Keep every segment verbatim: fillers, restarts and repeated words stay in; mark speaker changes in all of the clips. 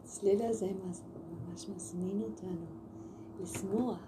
Speaker 1: הצליל הזה ממש מזמין אותנו לשמוח.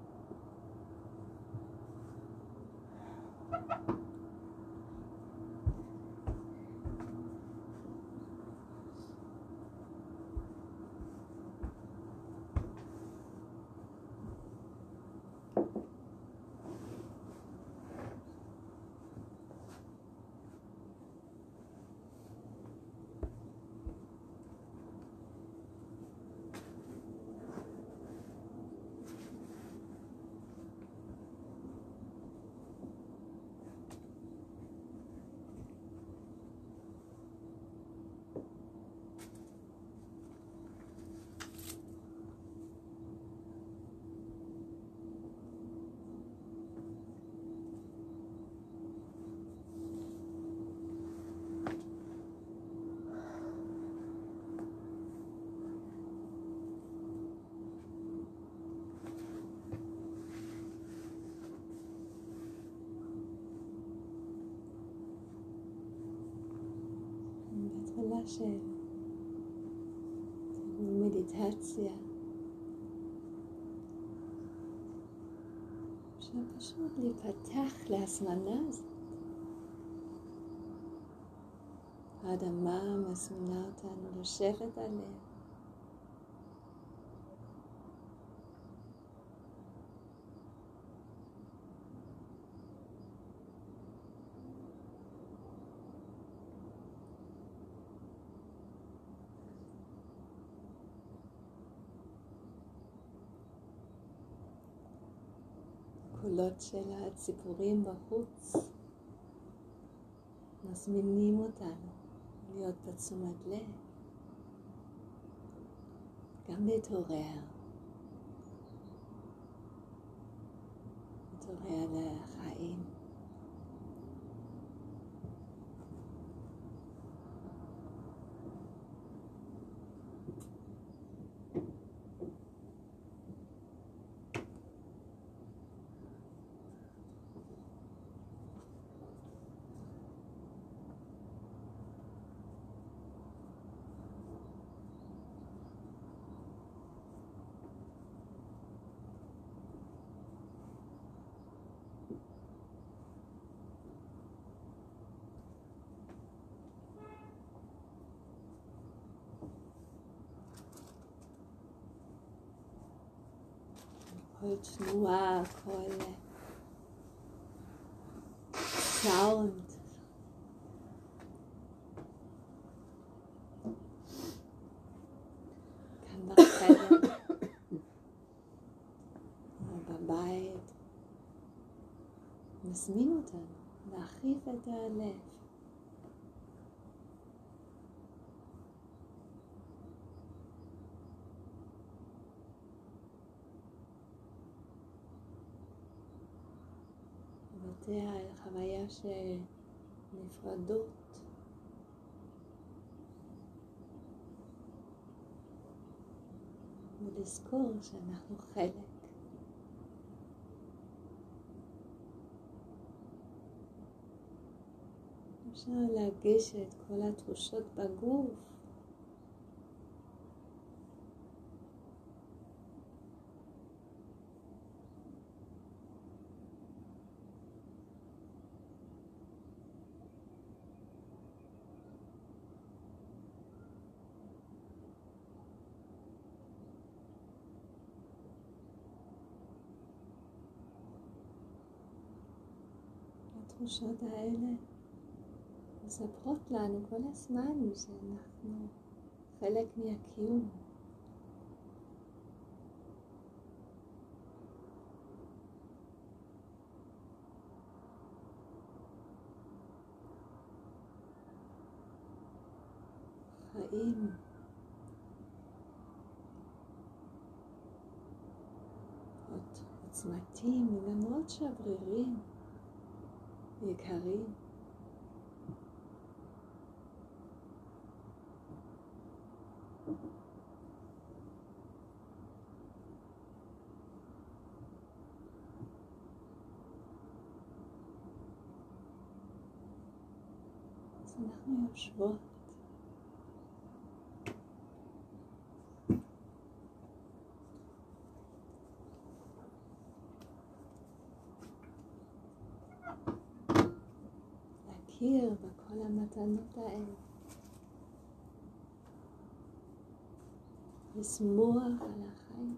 Speaker 1: בהתחלה של מדיטציה, אפשר פשוט להיפתח להזמנה הזאת. האדמה מזמינה אותנו לשבת עליה. הקולות של הציפורים בחוץ מזמינים אותנו להיות בתשומת לב, גם להתעורר, להתעורר לחיים. כל תנועה, כל סאונד. כאן בחדר, או בבית, מזמין אותנו להרחיב את הלב. על חוויה של נפרדות, ולזכור שאנחנו חלק. אפשר להרגיש את כל התחושות בגוף, התחושות האלה מספרות לנו כל הזמן שאנחנו חלק מהקיום. חיים עוד עוצמתיים למרות שברירים יקרים. אז אנחנו יושבות להכיר בכל המתנות האלה. לשמוח על החיים.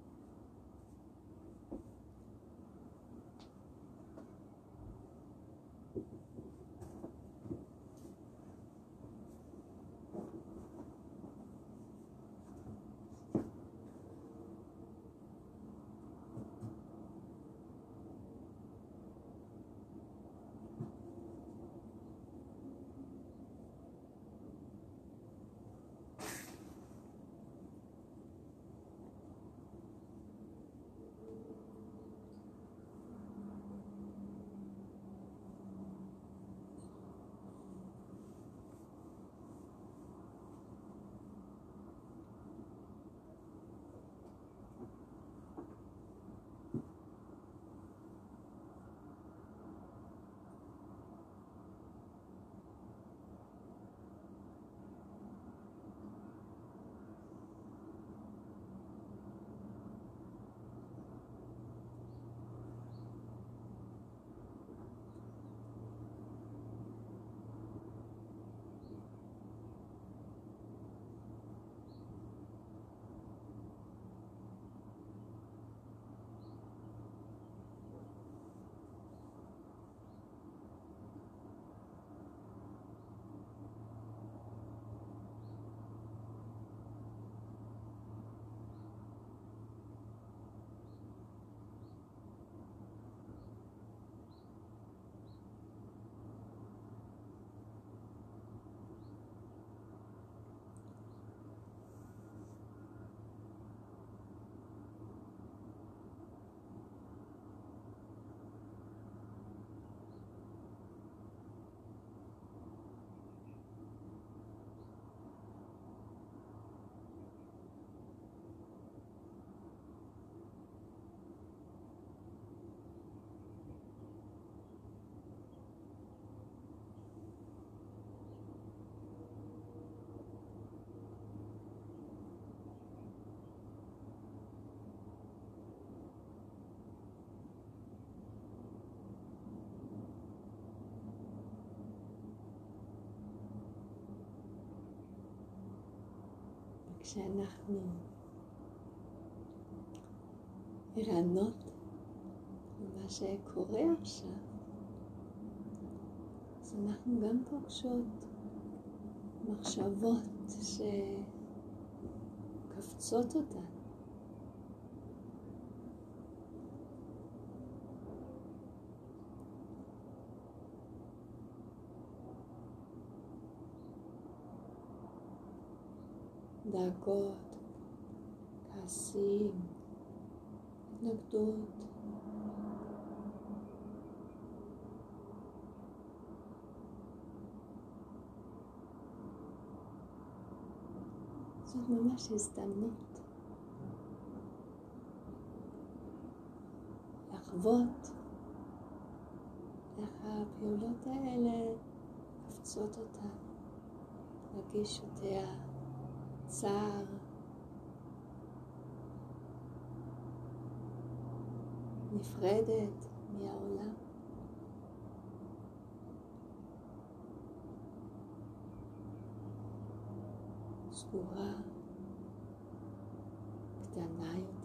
Speaker 1: כשאנחנו ערנות למה שקורה עכשיו, אז אנחנו גם פוגשות מחשבות שקפצות אותנו. דאגות, כעסים, התנגדות. זאת ממש הזדמנות לחוות איך הפעולות האלה קפצות אותנו, להרגיש יותר צער, נפרדת מהעולם. סגורה, קטנה יותר.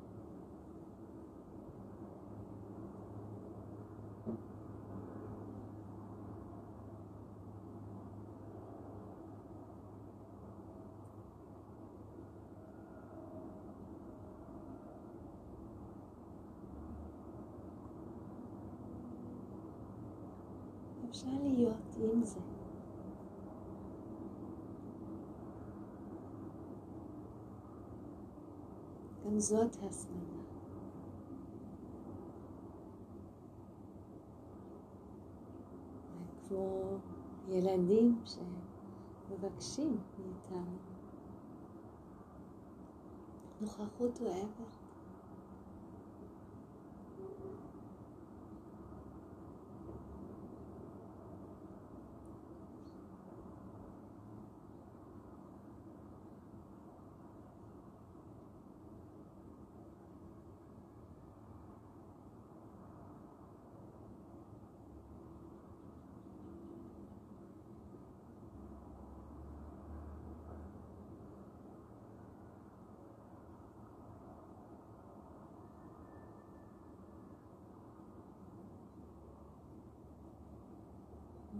Speaker 1: אפשר להיות עם זה. גם זאת הזמנה. כמו ילדים שמבקשים מאיתנו נוכחות אוהבת.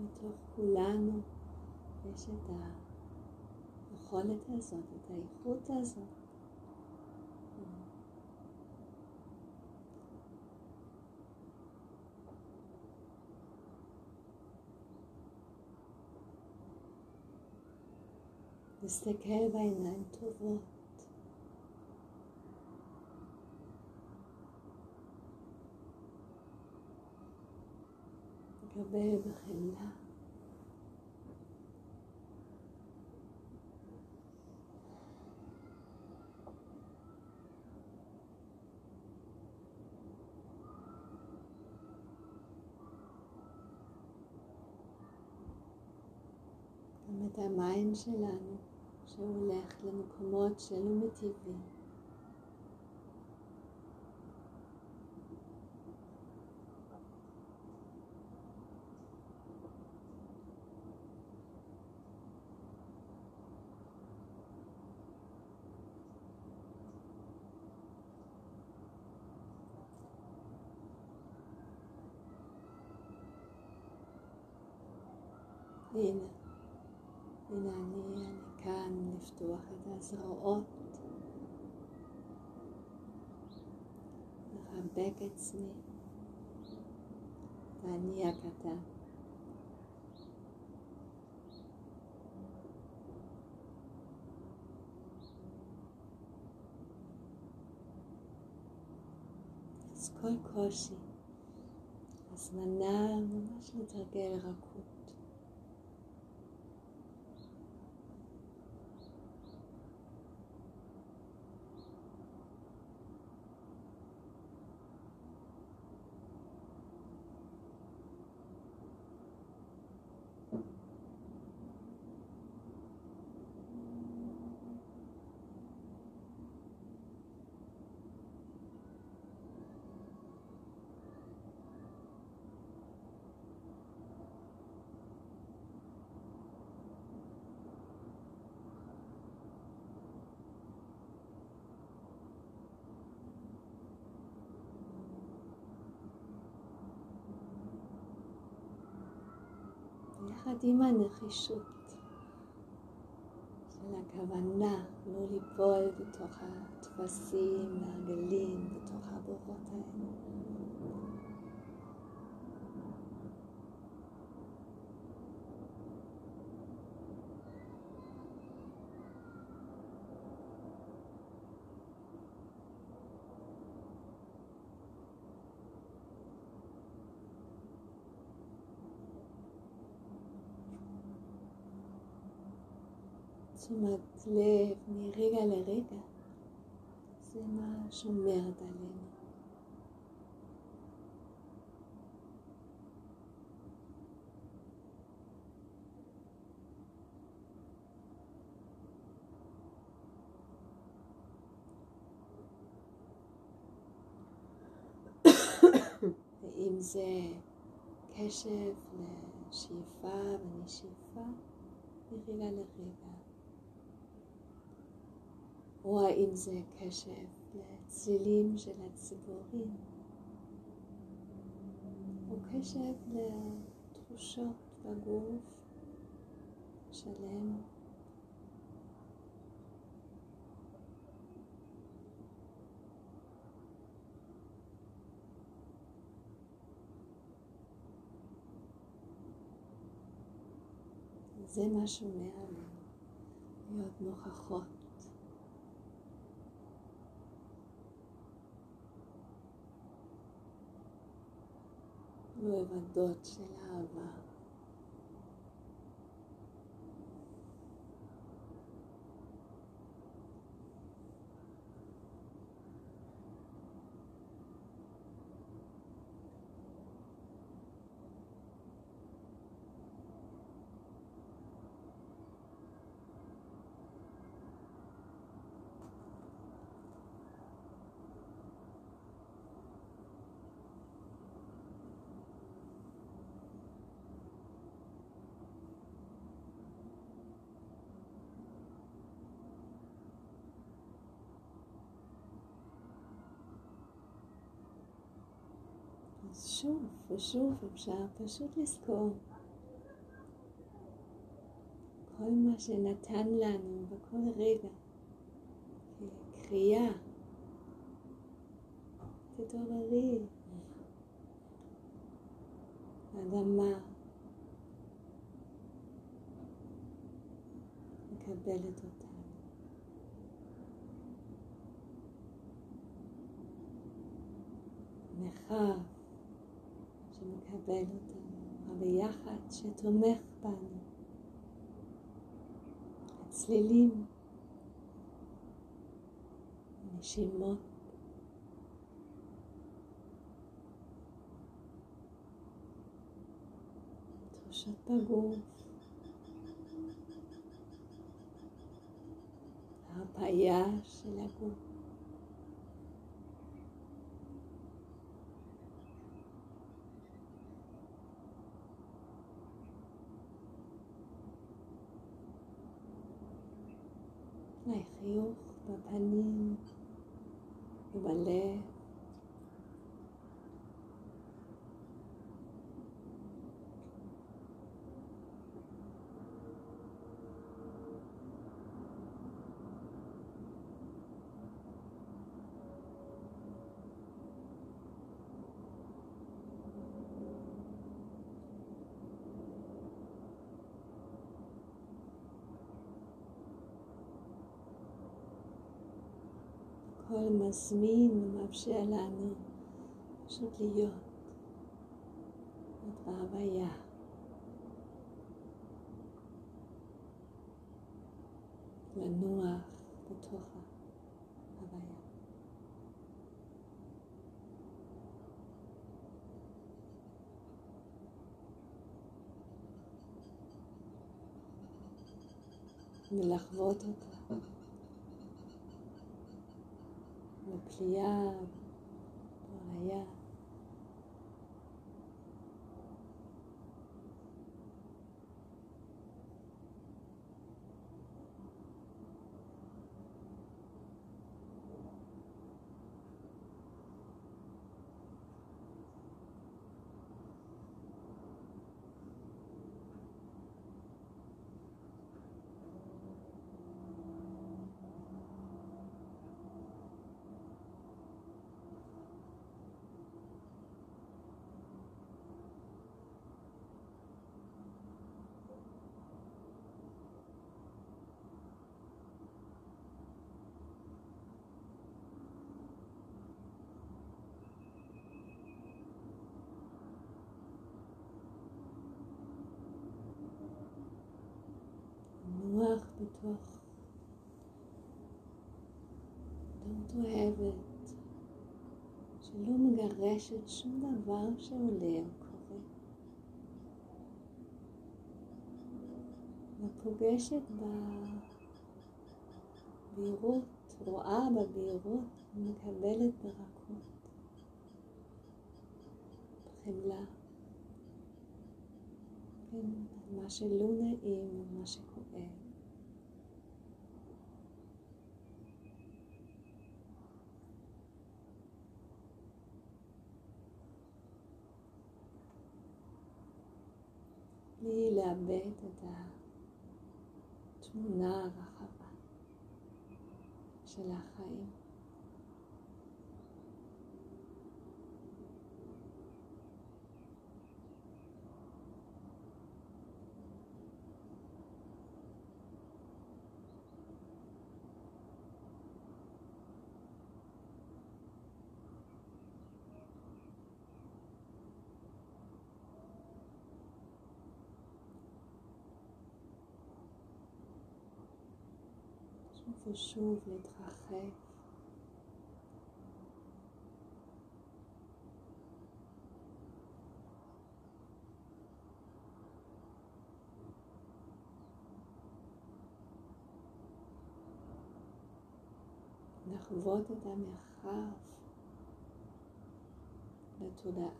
Speaker 1: בתוך כולנו יש את היכולת הזאת, את האיכות הזאת. להסתכל בעיניים טובות. לקבל בחמלה. גם את המים שלנו שהולך למקומות שלא מטיבים. הנה, הנה אני, אני כאן לפתוח את הזרועות, לחבק עצמי, את האני הקטן. אז כל קושי, הזמנה ממש לתרגל רכות. יחד עם הנחישות של הכוונה לא ליפול בתוך הטפסים והגלים, בתוך הבורות האלה. תשומת לב מרגע לרגע, זה מה שומרת עלינו. ואם זה קשב לשאיפה ונשיפה מרגע לרגע, או האם זה קשב לצלילים של הציפורים, או קשב לתחושות בגוף שלם. זה מה שומר עלינו, להיות נוכחות. לא עבדות של אהבה. אז שוב ושוב אפשר פשוט לזכור כל מה שנתן לנו בכל רגע, קריאה, תתעוררי, האדמה מקבלת אותנו. מרחב שמקבל אותנו, הביחד שתומך בנו, הצלילים, נשימות, תחושות בגוף, ההרפאיה של הגוף. אולי חיוך בפנים ובלב. הכל מזמין ומאפשר לנו פשוט להיות בהוויה. לנוח בתוך ההוויה. ולחוות אותה. בפליאה, בהוויה. נוח בתוך דמות אוהבת שלא מגרשת שום דבר שעולה או קורה, ופוגשת בבהירות, רואה בבהירות ומקבלת ברכות, בחמלה, כן, מה שלא נעים ומה שכואב. בלי לאבד את התמונה הרחבה של החיים. ושוב להתרחב. לחוות את המרחב לתודעה.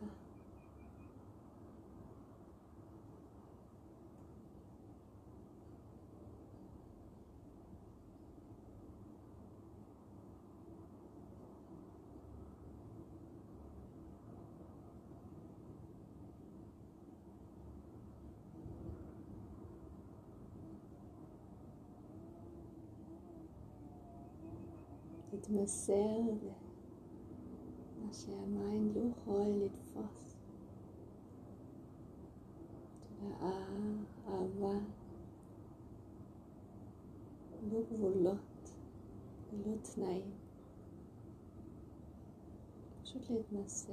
Speaker 1: להתמסר למה שהמיינד לא יכול לתפוס. תודעה, אהבה, לא גבולות, לא תנאים. פשוט להתמסר.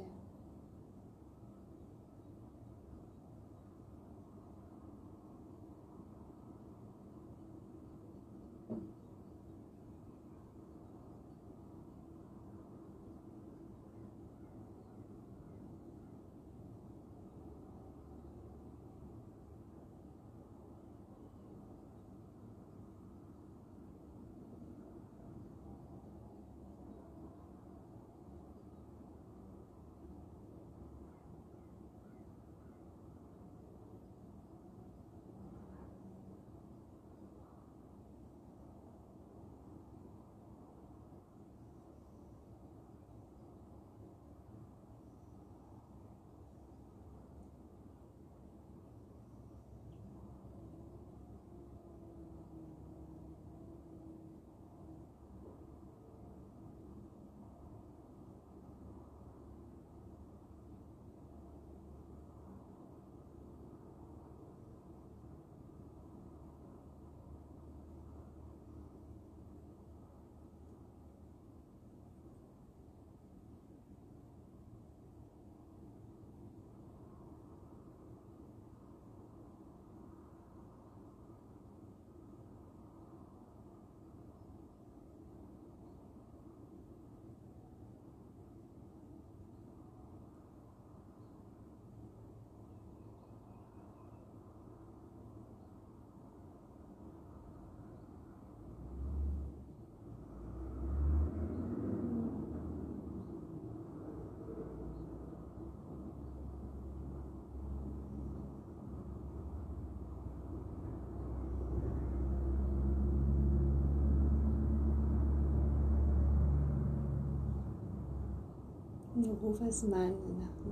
Speaker 1: מרוב הזמן אנחנו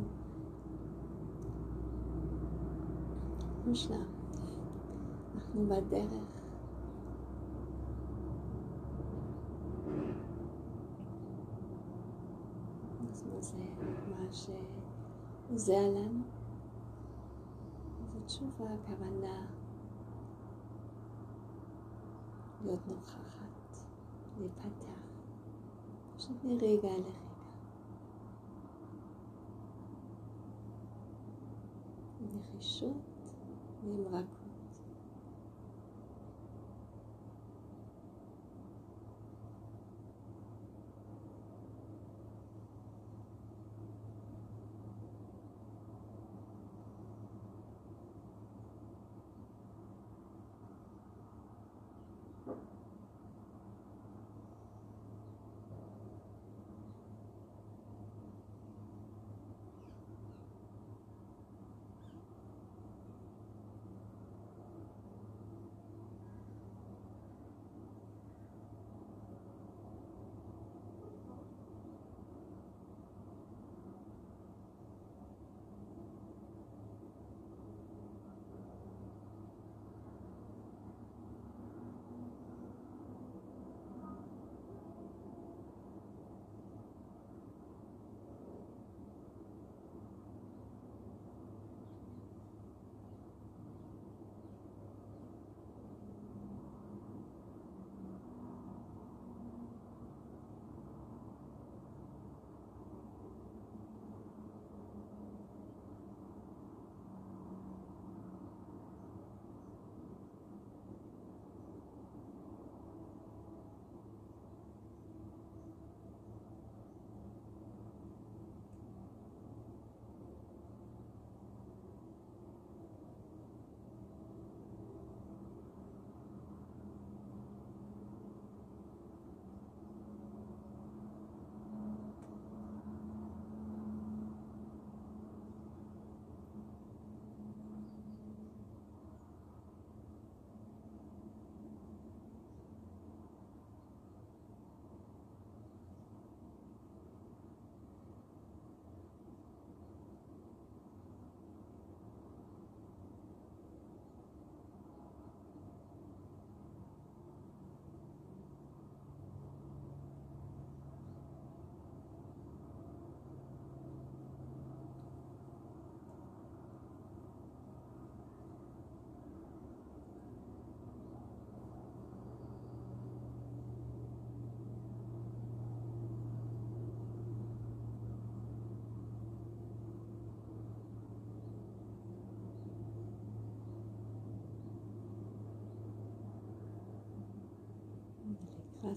Speaker 1: מושלם, אנחנו בדרך. אז מה זה מה שעוזר לנו? זו תשובה, הכוונה להיות נוכחת, להיפתח, פשוט מרגע לרגע. נחישות ועם רכות.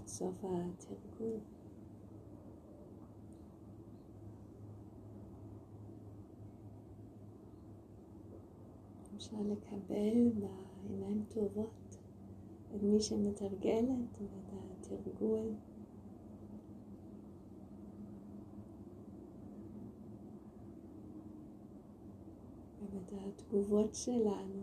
Speaker 1: סוף התרגול. אפשר לקבל בעיניים טובות את מי שמתרגלת את התרגול. ואת התגובות שלנו.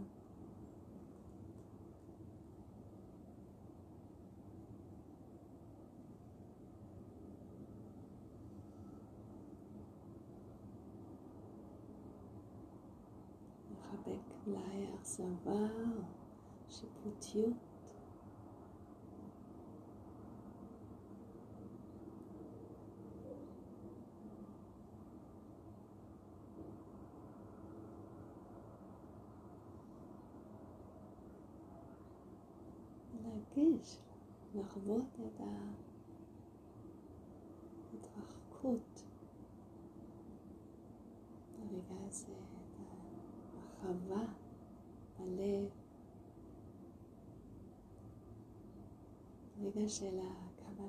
Speaker 1: לחבק אולי אכזבה או שיפוטיות. להרגיש, לחוות את ההתרחקות ברגע הזה, את הרחבה בלב, רגע של הקבלה.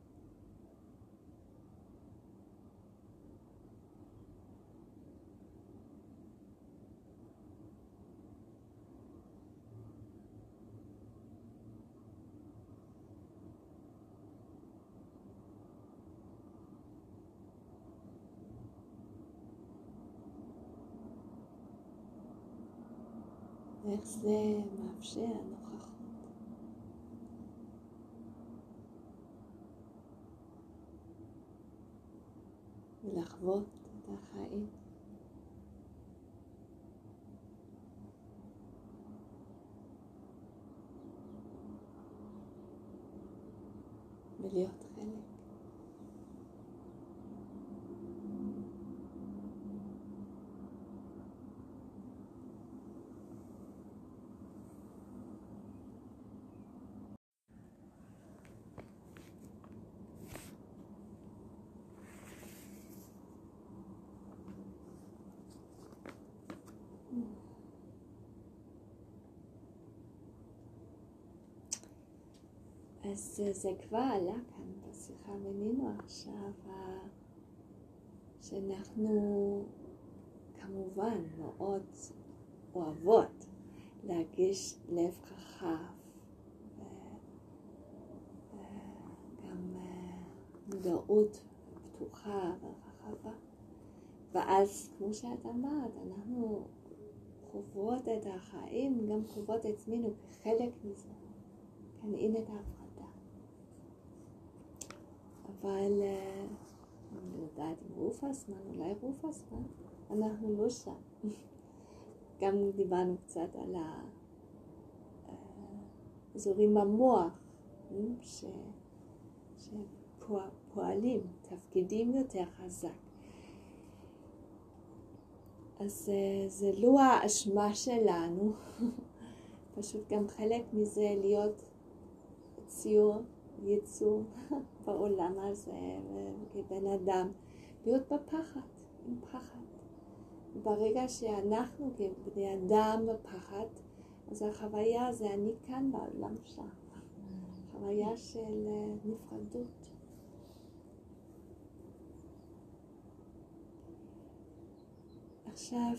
Speaker 1: איך זה מאפשר נוכחות. ולחוות את החיים. ולהיות חלק. אז זה כבר עלה כאן בשיחה בינינו עכשיו, שאנחנו כמובן מאוד אוהבות להרגיש לב רחב, וגם מודעות פתוחה ורחבה. ואז כמו שאת אמרת, אנחנו חוות את החיים, גם חוות את עצמנו כחלק מזה. כאן אין את ההפרדה. אבל אני יודעת אם רופסמן, אולי רופסמן, אנחנו לא שם. גם דיברנו קצת על האזורים במוח שפועלים, תפקידים יותר חזק. אז זה לא האשמה שלנו, פשוט גם חלק מזה להיות ציור, יצור בעולם הזה, כבן אדם, להיות בפחד, עם פחד. ברגע שאנחנו כבני אדם בפחד, אז החוויה זה אני כאן בעולם שם. חוויה של נפרדות. עכשיו,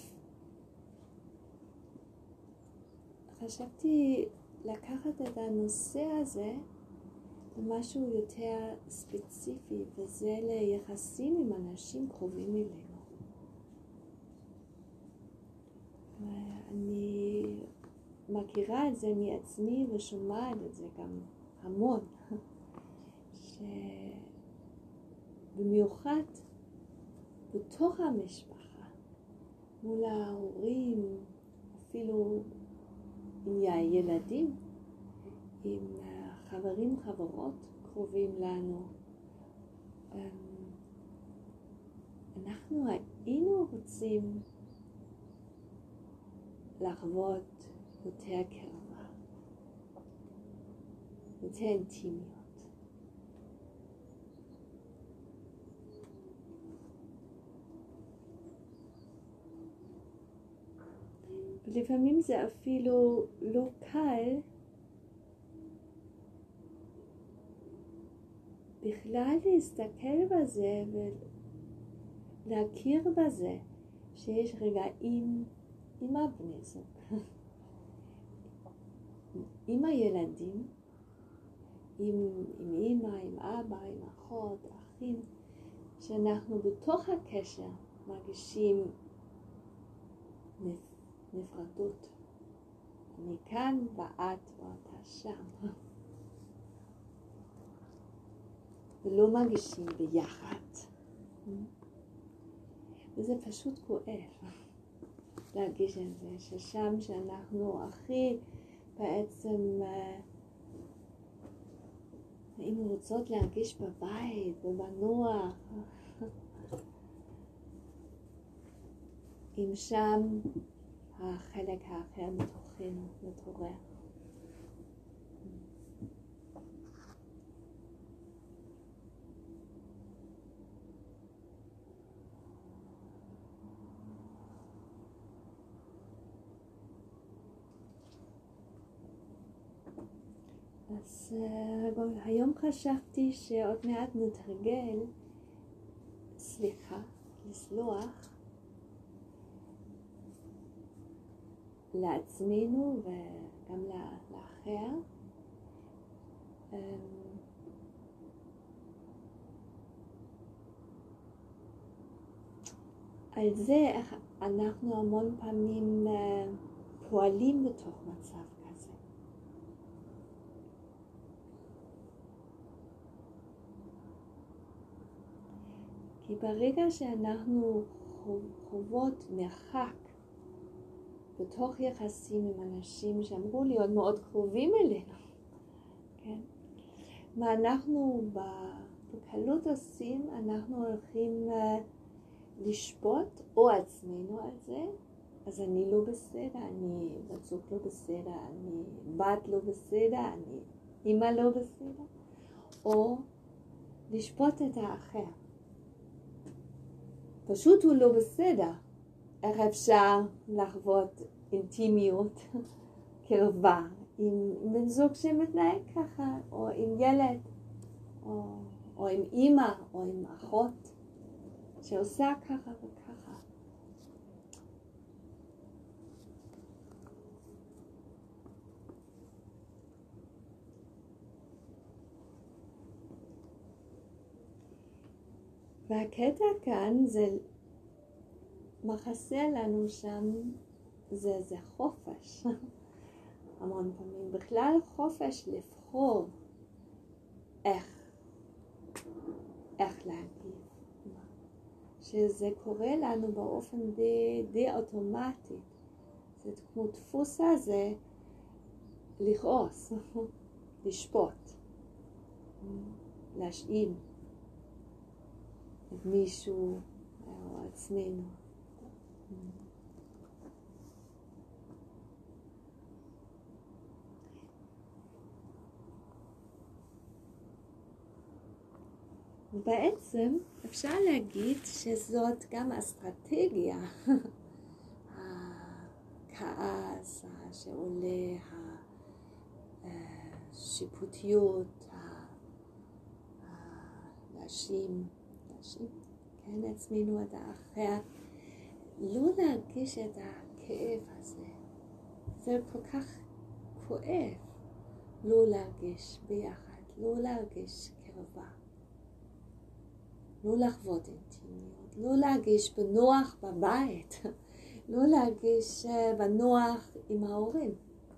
Speaker 1: חשבתי לקחת את הנושא הזה למשהו יותר ספציפי, וזה ליחסים עם אנשים קרובים אלינו. אני מכירה את זה מעצמי ושומעת את זה גם המון, שבמיוחד בתוך המשפחה, מול ההורים, אפילו עם הילדים, עם חברים, חברות קרובים לנו. אנחנו היינו רוצים לחוות יותר קרבה, יותר אינטימיות. ולפעמים זה אפילו לא קל בכלל להסתכל בזה ולהכיר בזה שיש רגעים עם הבני זוג, עם הילדים, עם, עם אמא, עם אבא, עם אחות, אחים, שאנחנו בתוך הקשר מרגישים נפרדות. אני כאן ואת ואתה שם. ולא מרגישים ביחד. וזה פשוט כואב להרגיש את זה, ששם שאנחנו הכי בעצם היינו רוצות להרגיש בבית ובנוח, אם שם החלק האחר בתוכנו מתעורר. אז uh, היום חשבתי שעוד מעט נתרגל סליחה, לסלוח לעצמנו וגם לאחר. Um, על זה איך אנחנו המון פעמים uh, פועלים בתוך מצב כזה. כי ברגע שאנחנו חוות מרחק בתוך יחסים עם אנשים שאמרו להיות מאוד קרובים אלינו, כן? מה אנחנו בקלות עושים, אנחנו הולכים לשפוט או עצמנו על זה, אז אני לא בסדר, אני בת זוג לא בסדר, אני בת לא בסדר, אני אמא לא בסדר, או לשפוט את האחר. פשוט הוא לא בסדר. איך אפשר לחוות אינטימיות, קרבה, עם, עם בן זוג שמתנהג ככה, או עם ילד, או, או עם אמא, או עם אחות, שעושה ככה וככה. והקטע כאן זה, מה חסר לנו שם, זה, זה חופש. המון פעמים בכלל חופש לבחור איך, איך להגיב. שזה קורה לנו באופן די, די אוטומטי. זה כמו דפוס הזה לכעוס, לשפוט, להשאיל את מישהו או עצמנו. בעצם אפשר להגיד שזאת גם אסטרטגיה, הכעס שעולה, השיפוטיות, להאשים, להאשים, כן, עצמנו את האחר, לא להרגיש את הכאב הזה. זה כל כך כואב לא להרגיש ביחד, לא להרגיש קרבה. לא לחוות אינטימיות, לא להרגיש בנוח בבית, לא להרגיש בנוח עם ההורים.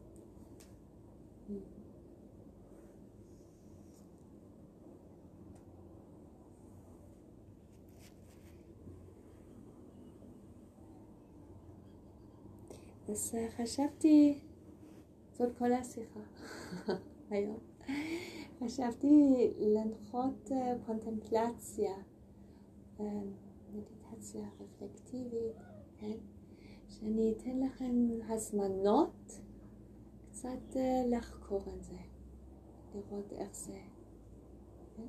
Speaker 1: אז חשבתי, זאת כל השיחה היום, חשבתי להנחות קונטמפלציה, מדיטציה רפלקטיבית, כן? שאני אתן לכם הזמנות קצת לחקור את זה, לראות איך זה, כן?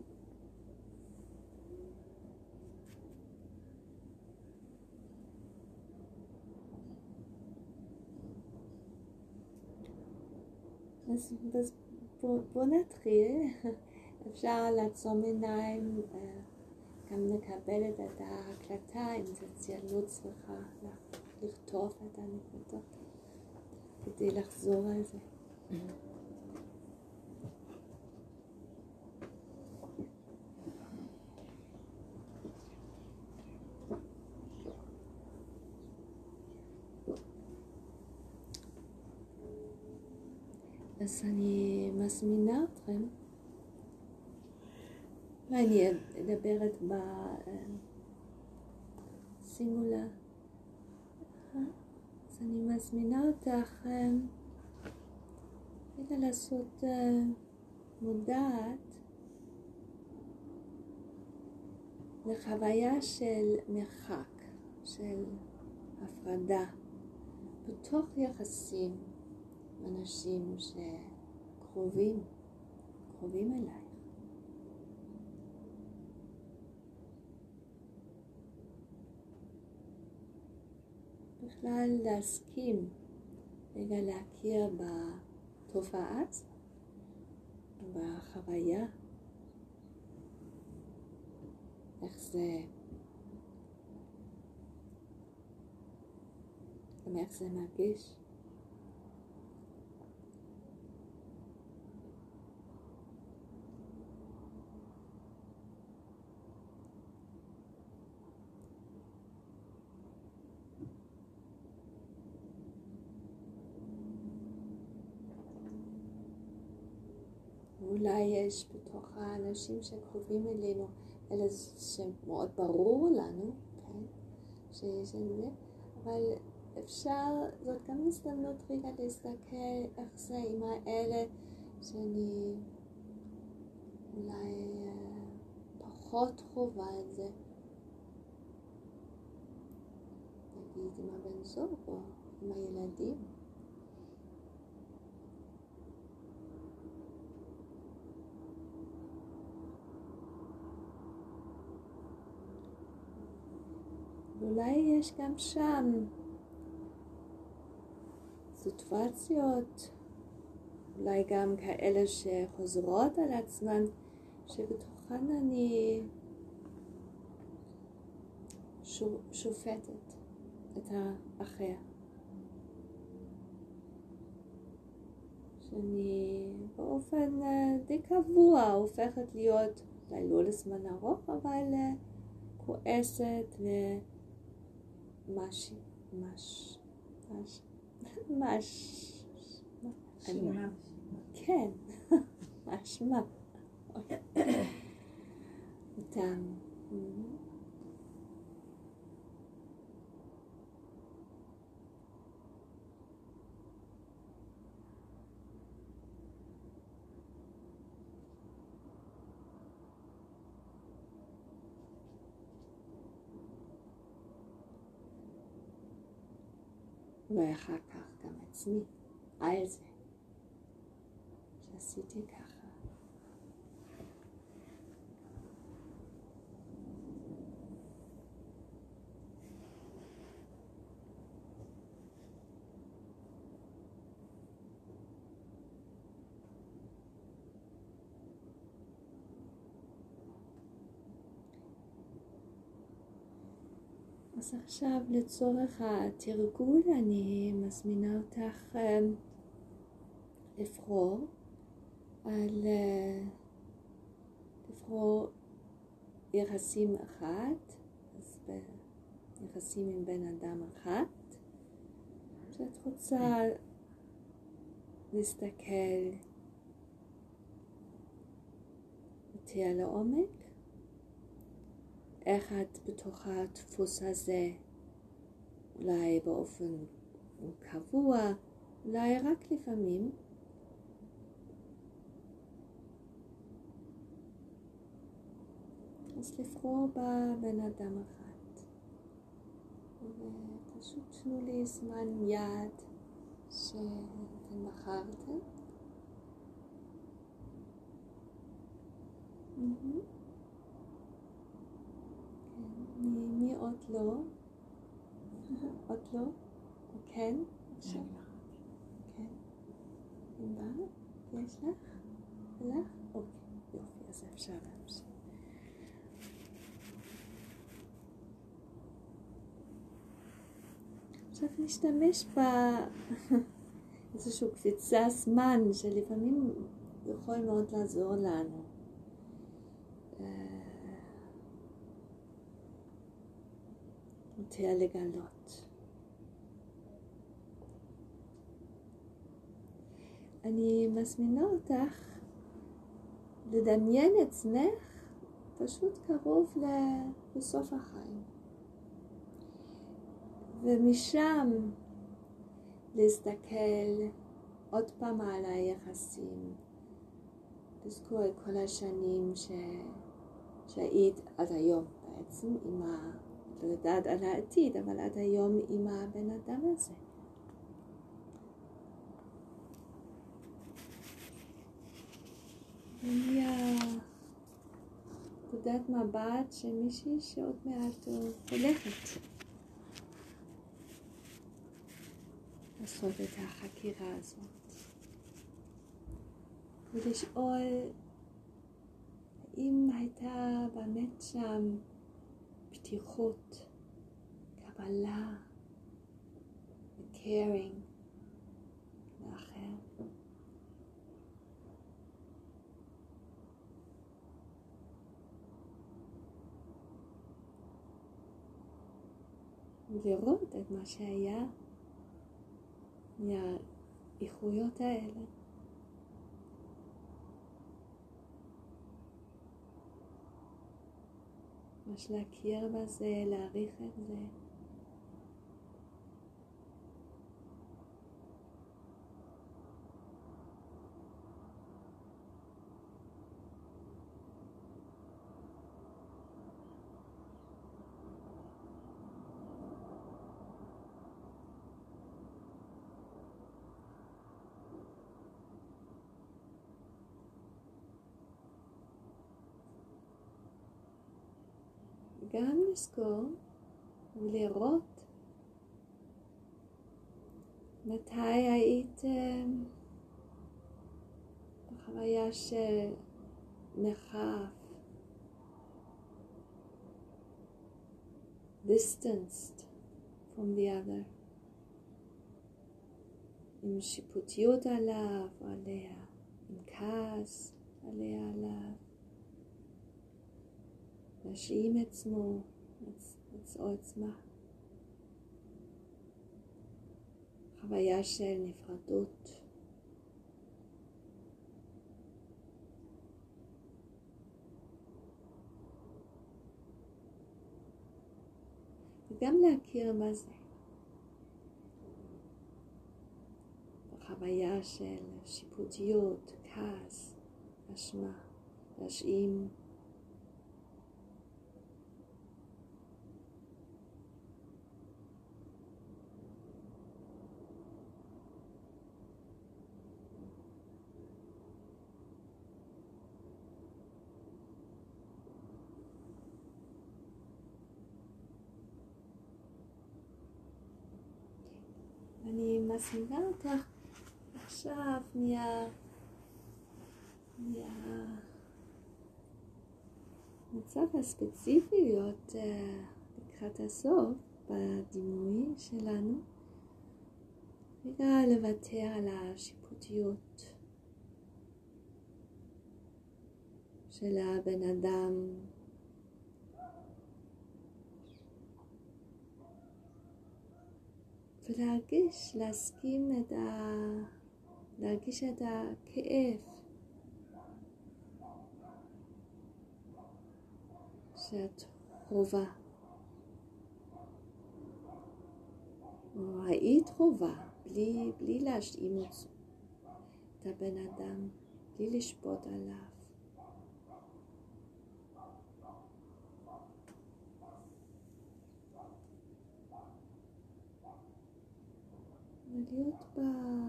Speaker 1: אז בואו בוא נתחיל. אפשר לעצום עיניים, גם לקבל את ההקלטה אם זה ציונות לך לכתוב את הנקודות כדי לחזור על זה. אז אני מזמינה אתכם, ואני מדברת בסינגולר, אז אני מזמינה אותך רגע לעשות מודעת לחוויה של מרחק, של הפרדה, בתוך יחסים אנשים שקרובים, קרובים אלייך. בכלל להסכים, רגע להכיר בתופעה, בחוויה, איך זה, גם איך זה מרגיש. אולי יש בתוך האנשים שקרובים אלינו, אלה שמאוד ברור לנו, כן, שיש לנו זה, אבל אפשר, זאת גם הזדמנות רגע להסתכל איך זה עם האלה שאני אולי פחות חובה את זה. נגיד עם הבן זוג או עם הילדים. אולי יש גם שם סיטואציות, אולי גם כאלה שחוזרות על עצמן, שבתוכן אני שופטת את האחר. שאני באופן די קבוע הופכת להיות, אולי לא לזמן ארוך, אבל כועסת ו... מש, מש, מש, מש,
Speaker 2: שימה.
Speaker 1: כן, משמע. אותם. ואחר כך גם עצמי, על זה, שעשיתי ככה. אז עכשיו לצורך התרגול אני מזמינה אותך לבחור על לבחור יחסים אחת, אז יחסים עם בן אדם אחת, שאת רוצה להסתכל יותר לעומק. איך את בתוך הדפוס הזה, אולי באופן קבוע, אולי רק לפעמים. אז לבחור בבן אדם אחת. ופשוט תנו לי זמן יד שאתם בחרתם. Mm-hmm. מי, מי עוד לא? עוד לא? כן? עכשיו? כן. ענבר? יש לך? לך? אוקיי, יופי. אז אפשר להמשיך. עכשיו נשתמש באיזושהי קפיצה זמן שלפעמים יכול מאוד לעזור לנו. יותר לגלות. אני מזמינה אותך לדמיין עצמך פשוט קרוב לסוף החיים. ומשם להסתכל עוד פעם על היחסים. לזכור את כל השנים ש... שהיית עד היום בעצם עם ה... לא יודעת על העתיד, אבל עד היום עם הבן אדם הזה. ונקודת מבט שמישהי שעוד מעט הולכת לעשות את החקירה הזאת. ולשאול האם הייתה באמת שם פתיחות, קבלה, caring לאחר. ולראות את מה שהיה מהאיכויות האלה. ממש להכיר בזה, להעריך את זה. גם לזכור ולראות מתי היית בחוויה של מרחב, distanced from the other, עם שיפוטיות עליו או עליה, עם כעס עליה עליו. להשאים עצמו, עצמו עצמה. חוויה של נפרדות. וגם להכיר מה זה. חוויה של שיפוטיות, כעס, אשמה, להשאים. אני מזמינה אותך עכשיו מה... מהמצב הספציפי להיות uh, לקראת הסוף בדימוי שלנו. רגע לוותר על השיפוטיות של הבן אדם. ולהרגיש, להסכים את ה... להרגיש את הכאב שאת חובה. או היית חובה, בלי, בלי להשאים את הבן אדם, בלי לשפוט עליו. ולהיות ב...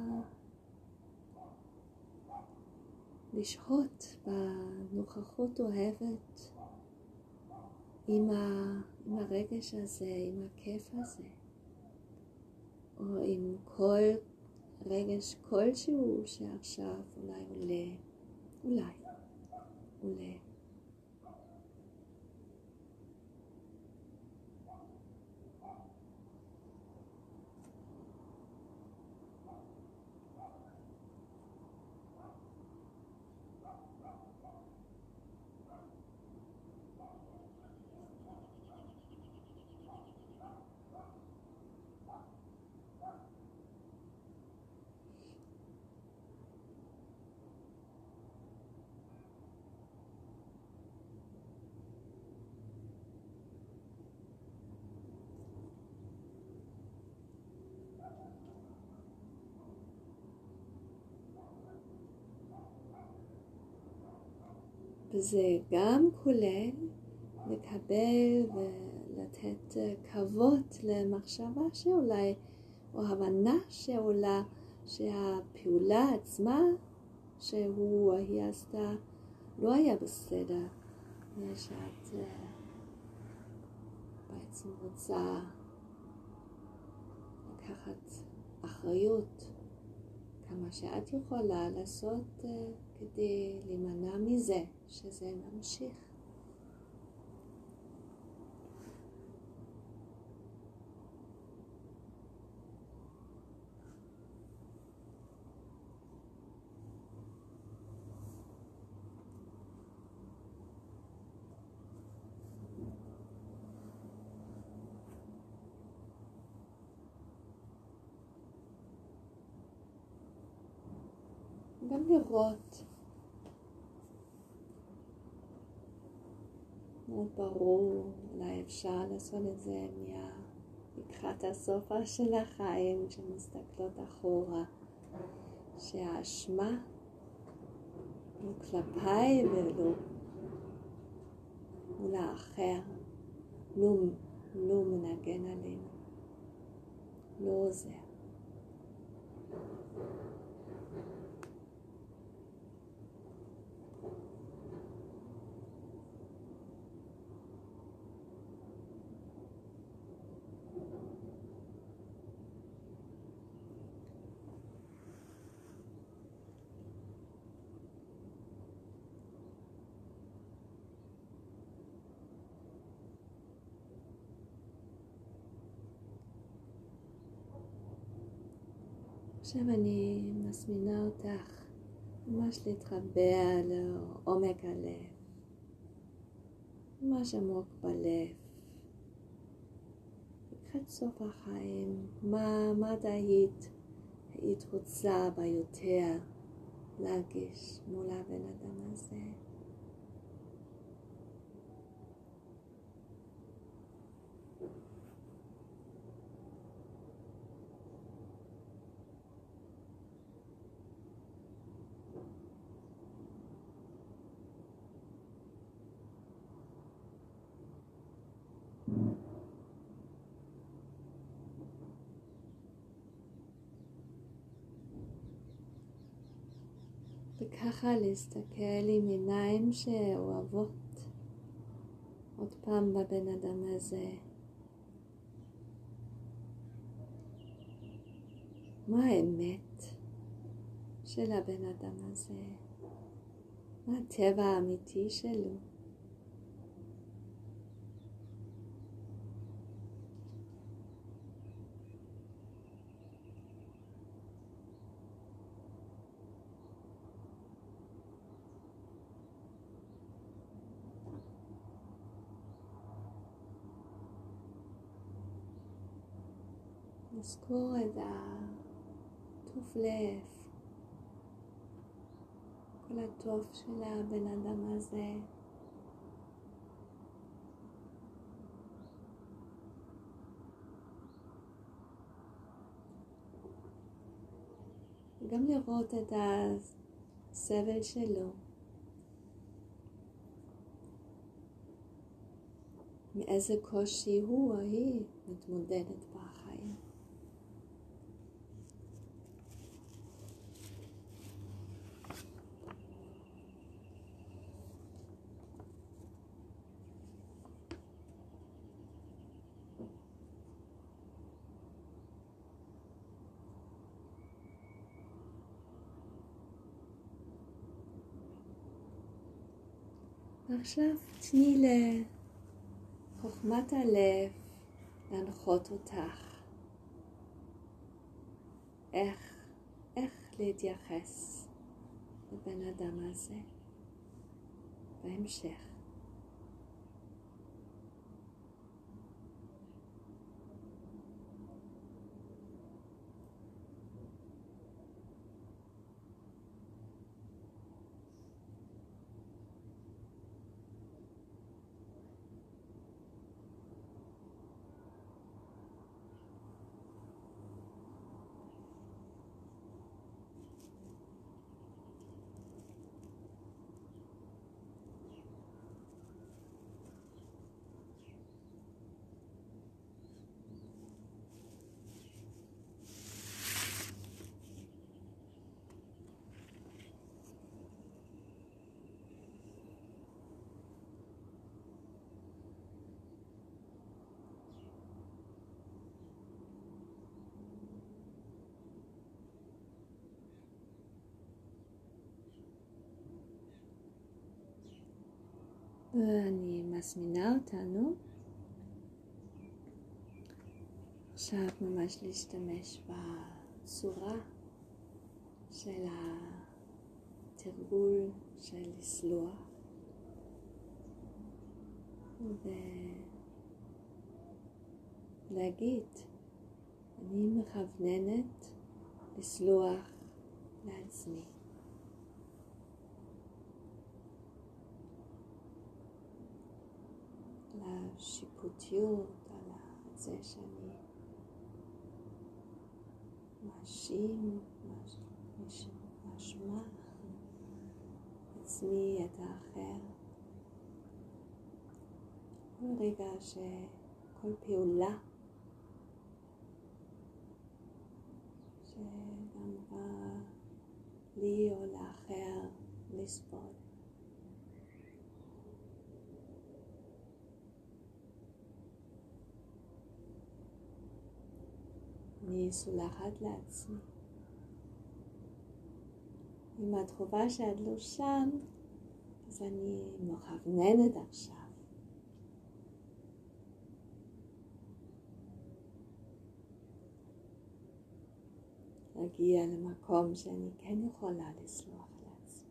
Speaker 1: לשהות בנוכחות אוהבת עם, ה... עם הרגש הזה, עם הכיף הזה, או עם כל רגש כלשהו שעכשיו אולי עולה, אולי, ולב. וזה גם כולל לקבל ולתת כבוד למחשבה שאולי, או הבנה שעולה, שהפעולה עצמה שהוא, היא עשתה, לא היה בסדר. ושאת בעצם רוצה לקחת אחריות כמה שאת יכולה לעשות כדי להימנע מזה, שזה ממשיך. גם לראות מאוד ברור, אולי אפשר לעשות את זה לקראת הסופה של החיים, כשמסתכלות אחורה, שהאשמה לא כלפיי ולא מול האחר, לא, לא מנגן עלינו, לא עוזר. עכשיו אני מזמינה אותך ממש להתחבר לעומק הלב, ממש עמוק בלב. לקראת סוף החיים, מה, מה את היית, היית רוצה ביותר להרגיש מול הבן אדם הזה? וככה להסתכל עם עיניים שאוהבות עוד פעם בבן אדם הזה. מה האמת של הבן אדם הזה? מה הטבע האמיתי שלו? נזכור את הטוב לב, כל הטוב של הבן אדם הזה. וגם לראות את הסבל שלו. מאיזה קושי הוא או היא מתמודדת בחיים. עכשיו תני לחוכמת הלב להנחות אותך איך, איך להתייחס לבן אדם הזה בהמשך. ואני מזמינה אותנו עכשיו ממש להשתמש בצורה של התרגול של לסלוח ולהגיד, אני מכווננת לסלוח לעצמי. לשיפוטיות, על זה שאני מאשים, מאשמה עצמי, את האחר. כל רגע שכל פעולה שגמרה לי או לאחר לסבול. אני סולחת לעצמי. אם את חובה שאת לא שם, אז אני מכווננת עכשיו. להגיע למקום שאני כן יכולה לסלוח לעצמי.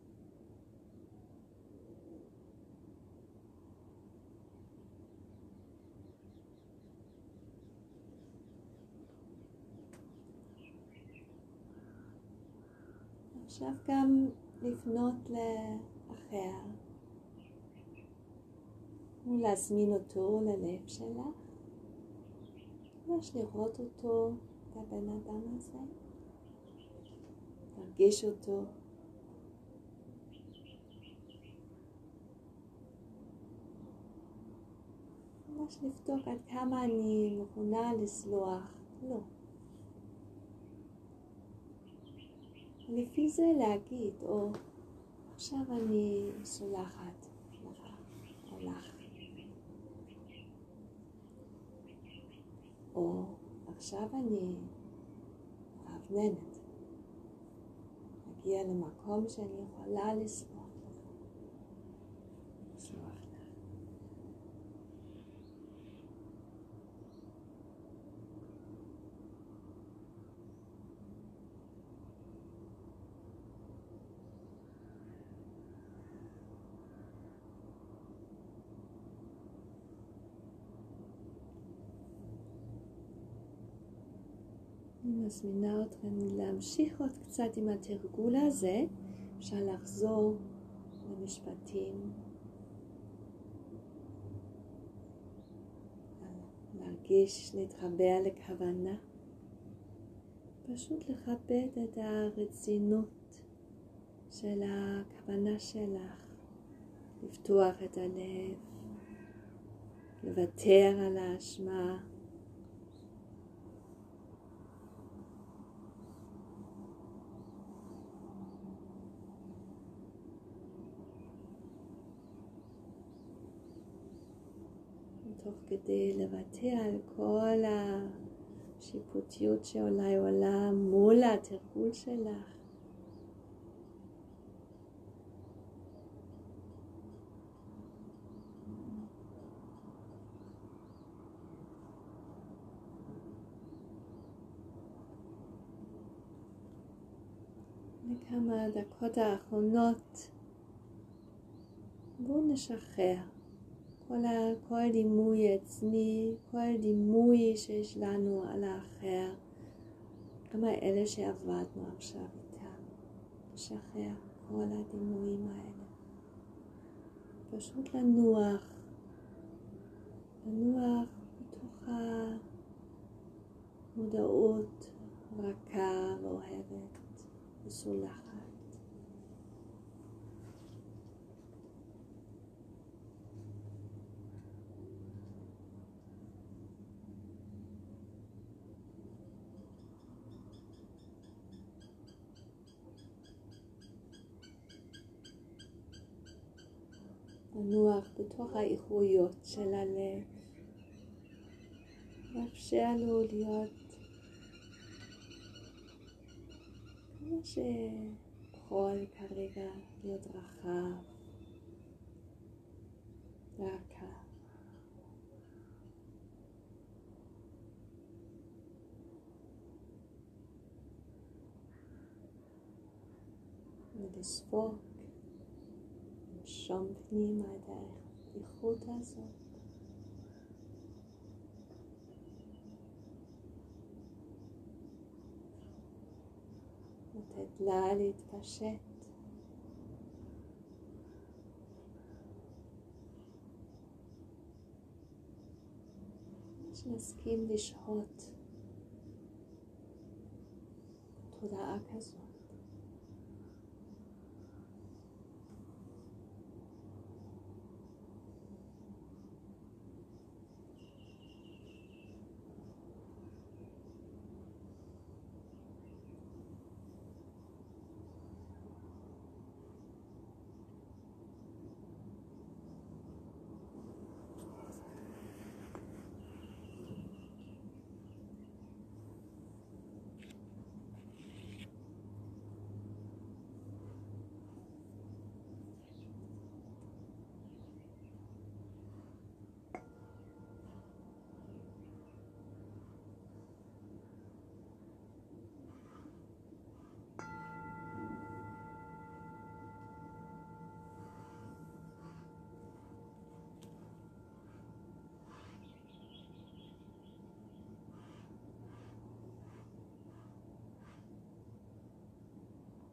Speaker 1: עכשיו גם לפנות לאחר ולהזמין אותו ללב שלך, ממש לראות אותו, את הבן אדם הזה, להרגיש אותו, ממש לבדוק עד כמה אני מוכנה לסלוח לו. לפי זה להגיד, או עכשיו אני סולחת לך או לך, או עכשיו אני מכווננת להגיע למקום שאני יכולה לסלוח לך, לסלוח לך. אני מזמינה אתכם להמשיך עוד קצת עם התרגול הזה. אפשר לחזור למשפטים, להרגיש, להתחבר לכוונה, פשוט לכבד את הרצינות של הכוונה שלך, לפתוח את הלב, לוותר על האשמה, תוך כדי לוותר על כל השיפוטיות שאולי עולה מול התרגול שלך. לכמה דקות האחרונות בואו נשחרר כל, ה, כל דימוי עצמי, כל דימוי שיש לנו על האחר, גם האלה שעבדנו עכשיו איתם. נשחרר כל הדימויים האלה. פשוט לנוח, לנוח בתוך המודעות רכה ואוהבת וסולחת. לנוח בתוך האיכויות של הלב. לאפשר לו להיות כמו שיכול כרגע להיות רחב, רכה. ולספוק, לנשום פנימה את האיכות הזאת. לתת לה להתפשט. שנסכים לשהות בתודעה כזאת.